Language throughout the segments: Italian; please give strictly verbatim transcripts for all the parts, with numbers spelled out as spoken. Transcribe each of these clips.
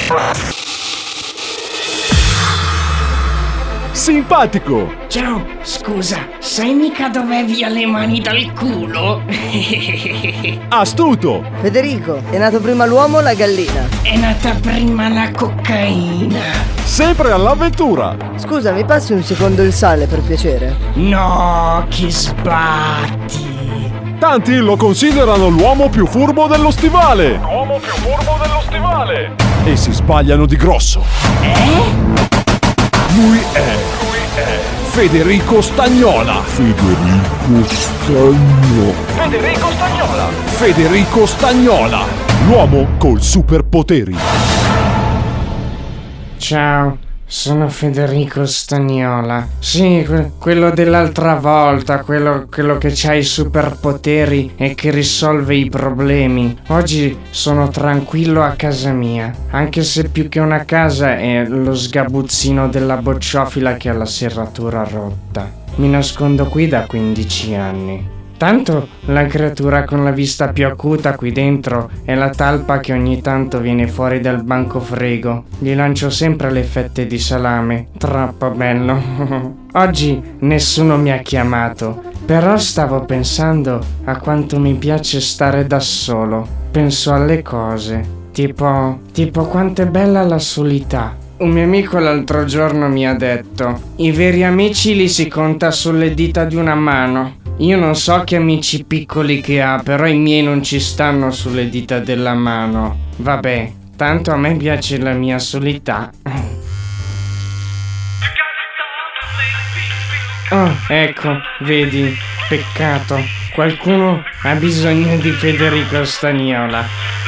Simpatico! Ciao, scusa, sai mica dov'è via le mani dal culo? Astuto! Federico, è nato prima l'uomo o la gallina? È nata prima la cocaina. Sempre all'avventura! Scusa, mi passi un secondo il sale per piacere? No, che sbatti! Tanti lo considerano l'uomo più furbo dello stivale! L'uomo più furbo dello stivale! E si sbagliano di grosso! Eh? Lui è... Lui è... Federico Stagnola! Federico Stagnola! Federico Stagnola! Federico Stagnola! L'uomo col superpoteri! Ciao, sono Federico Stagnola. Sì, que- quello dell'altra volta, quello, quello che ha i superpoteri e che risolve i problemi. Oggi sono tranquillo a casa mia, anche se più che una casa è lo sgabuzzino della bocciofila che ha la serratura rotta. Mi nascondo qui da quindici anni. Tanto la creatura con la vista più acuta qui dentro è la talpa che ogni tanto viene fuori dal banco frego. Gli lancio sempre le fette di salame. Troppo bello. Oggi nessuno mi ha chiamato, però stavo pensando a quanto mi piace stare da solo. Penso alle cose, tipo, tipo quanto è bella la solità. Un mio amico l'altro giorno mi ha detto: i veri amici li si conta sulle dita di una mano. Io non so che amici piccoli che ha, però i miei non ci stanno sulle dita della mano. Vabbè, tanto a me piace la mia solità. Oh, ecco, vedi, peccato. Qualcuno ha bisogno di Federico Stagnola.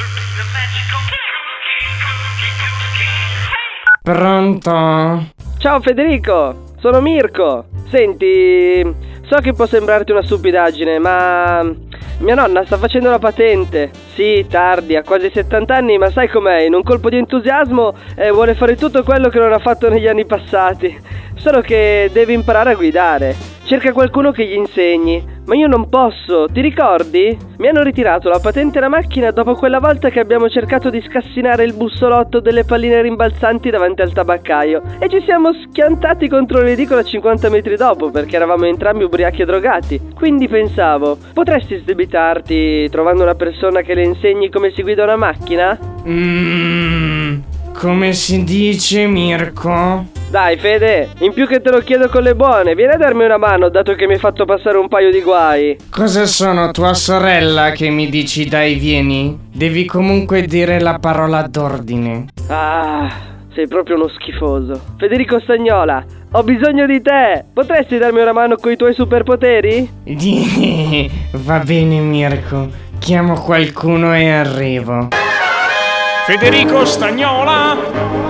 Pronto? Ciao Federico, sono Mirko. Senti, so che può sembrarti una stupidaggine, ma mia nonna sta facendo la patente. Sì, tardi, ha quasi settanta anni, ma sai com'è? In un colpo di entusiasmo eh, vuole fare tutto quello che non ha fatto negli anni passati. Solo che deve imparare a guidare. Cerca qualcuno che gli insegni. Ma io non posso, ti ricordi? Mi hanno ritirato la patente alla macchina dopo quella volta che abbiamo cercato di scassinare il bussolotto delle palline rimbalzanti davanti al tabaccaio e ci siamo schiantati contro l'edicola cinquanta metri dopo perché eravamo entrambi ubriachi e drogati. Quindi pensavo, potresti sdebitarti trovando una persona che le insegni come si guida una macchina? Mmm, come si dice, Mirko? Dai Fede, in più che te lo chiedo con le buone, vieni a darmi una mano dato che mi hai fatto passare un paio di guai. Cosa sono, tua sorella che mi dici dai vieni? Devi comunque dire la parola d'ordine. Ah, sei proprio uno schifoso. Federico Stagnola, ho bisogno di te. Potresti darmi una mano con i tuoi superpoteri? Va bene Mirko, chiamo qualcuno e arrivo. Federico Stagnola!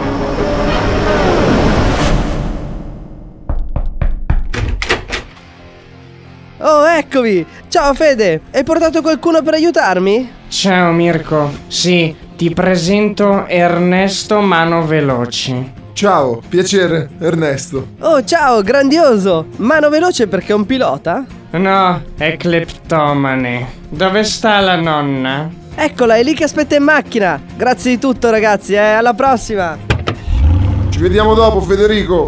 Oh, eccovi! Ciao Fede, hai portato qualcuno per aiutarmi? Ciao Mirko, sì, ti presento Ernesto Mano Veloce. Ciao, piacere, Ernesto. Oh, ciao, grandioso! Mano veloce perché è un pilota? No, è cleptomane. Dove sta la nonna? Eccola, è lì che aspetta in macchina. Grazie di tutto ragazzi, eh, alla prossima. Ci vediamo dopo, Federico.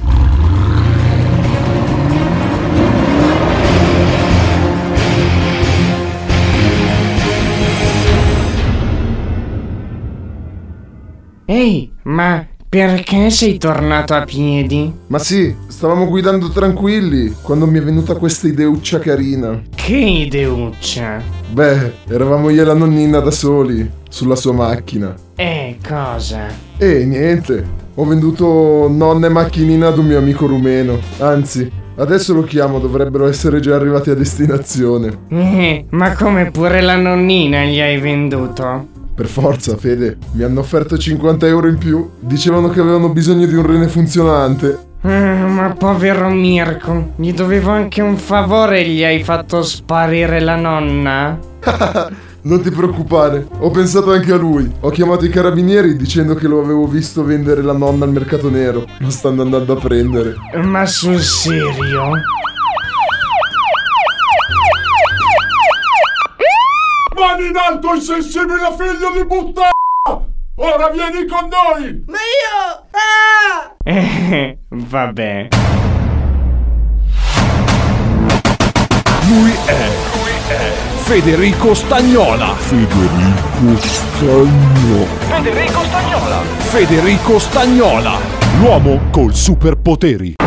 Ehi, ma perché sei tornato a piedi? Ma sì, stavamo guidando tranquilli quando mi è venuta questa ideuccia carina. Che ideuccia? Beh, eravamo io e la nonnina da soli, sulla sua macchina. Eh, cosa? E niente, ho venduto nonna e macchinina ad un mio amico rumeno. Anzi, adesso lo chiamo, dovrebbero essere già arrivati a destinazione. Eh, ma come pure la nonnina gli hai venduto? Per forza, Fede, mi hanno offerto cinquanta euro in più. Dicevano che avevano bisogno di un rene funzionante. Ah, ma povero Mirko, gli dovevo anche un favore e gli hai fatto sparire la nonna? Non ti preoccupare, ho pensato anche a lui. Ho chiamato i carabinieri dicendo che lo avevo visto vendere la nonna al mercato nero. Lo stanno andando a prendere. Ma sul serio? Mani in alto, insensibile figlio di puttana! Ora vieni con noi! Ma io... Ah! Eh, vabbè. Lui è... Lui è... Federico Stagnola! Federico Stagnola! Federico Stagnola! Federico Stagnola! L'uomo col superpoteri!